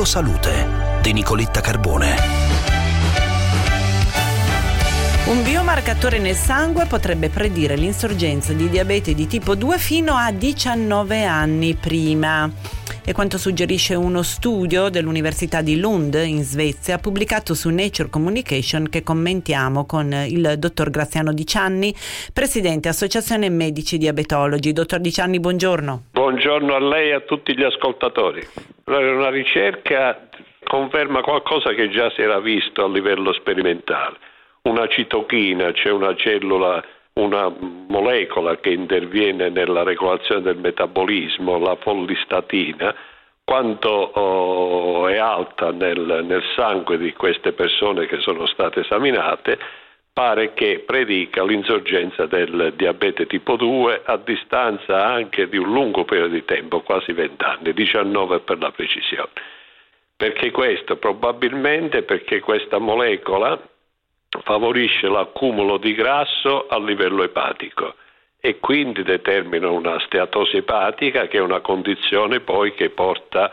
Obiettivo Salute di Nicoletta Carbone. Un biomarcatore nel sangue potrebbe predire l'insorgenza di diabete di tipo 2 fino a 19 anni prima. È quanto suggerisce uno studio dell'Università di Lund in Svezia, pubblicato su Nature Communication, che commentiamo con il dottor Graziano Di Cianni, presidente Associazione Medici Diabetologi. Dottor Di Cianni, buongiorno. Buongiorno a lei e a tutti gli ascoltatori. Una ricerca conferma qualcosa che già si era visto a livello sperimentale. Una citochina, cioè una cellula, una molecola che interviene nella regolazione del metabolismo, la follistatina, quanto è alta nel sangue di queste persone che sono state esaminate, pare che predica l'insorgenza del diabete tipo 2 a distanza anche di un lungo periodo di tempo, quasi 20 anni, 19 per la precisione. Perché questo? Probabilmente perché questa molecola favorisce l'accumulo di grasso a livello epatico e quindi determina una steatosi epatica, che è una condizione poi che porta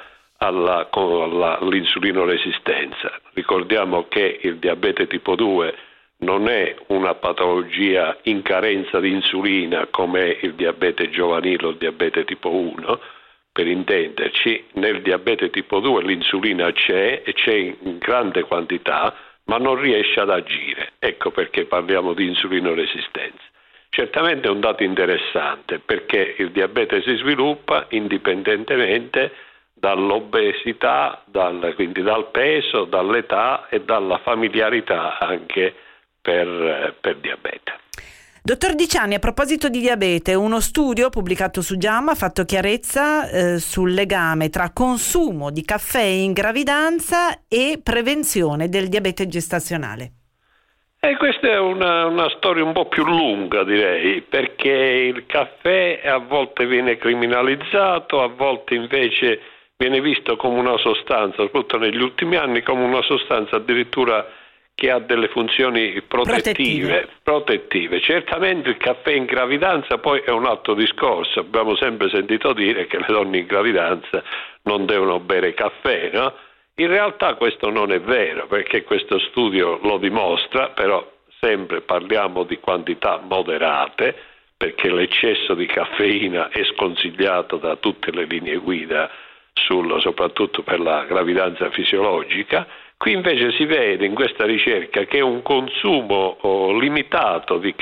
all'insulinoresistenza. Ricordiamo che il diabete tipo 2 non è una patologia in carenza di insulina come il diabete giovanile o il diabete tipo 1, per intenderci. Nel diabete tipo 2 l'insulina c'è e c'è in grande quantità, ma non riesce ad agire. Ecco perché parliamo di insulinoresistenza. Certamente è un dato interessante, perché il diabete si sviluppa indipendentemente dall'obesità, quindi dal peso, dall'età e dalla familiarità anche per diabete. Dottor Di Cianni, a proposito di diabete, uno studio pubblicato su JAMA ha fatto chiarezza sul legame tra consumo di caffè in gravidanza e prevenzione del diabete gestazionale. Questa è una storia un po' più lunga, direi, perché il caffè a volte viene criminalizzato, a volte invece viene visto come una sostanza, soprattutto negli ultimi anni, come una sostanza addirittura che ha delle funzioni protettive. Certamente il caffè in gravidanza poi è un altro discorso. Abbiamo sempre sentito dire che le donne in gravidanza non devono bere caffè, no? In realtà questo non è vero, perché questo studio lo dimostra, però sempre parliamo di quantità moderate, perché l'eccesso di caffeina è sconsigliato da tutte le linee guida, soprattutto per la gravidanza fisiologica. Qui invece si vede in questa ricerca che un consumo limitato di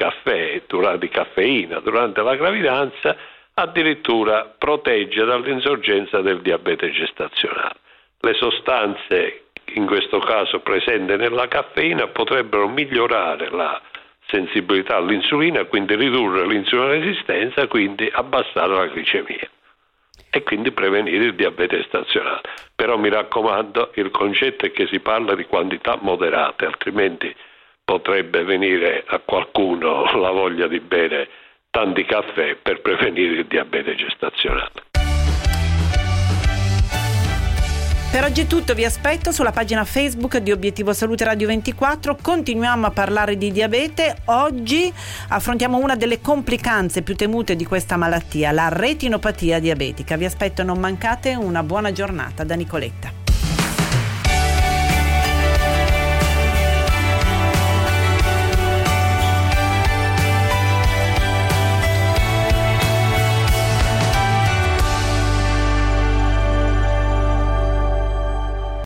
caffeina durante la gravidanza addirittura protegge dall'insorgenza del diabete gestazionale. Le sostanze, in questo caso presenti nella caffeina, potrebbero migliorare la sensibilità all'insulina, quindi ridurre l'insulinoresistenza, quindi abbassare la glicemia e quindi prevenire il diabete gestazionale. Però mi raccomando, il concetto è che si parla di quantità moderate, altrimenti potrebbe venire a qualcuno la voglia di bere tanti caffè per prevenire il diabete gestazionale. Per oggi è tutto, vi aspetto sulla pagina Facebook di Obiettivo Salute Radio 24, continuiamo a parlare di diabete. Oggi affrontiamo una delle complicanze più temute di questa malattia, la retinopatia diabetica. Vi aspetto, non mancate, una buona giornata da Nicoletta.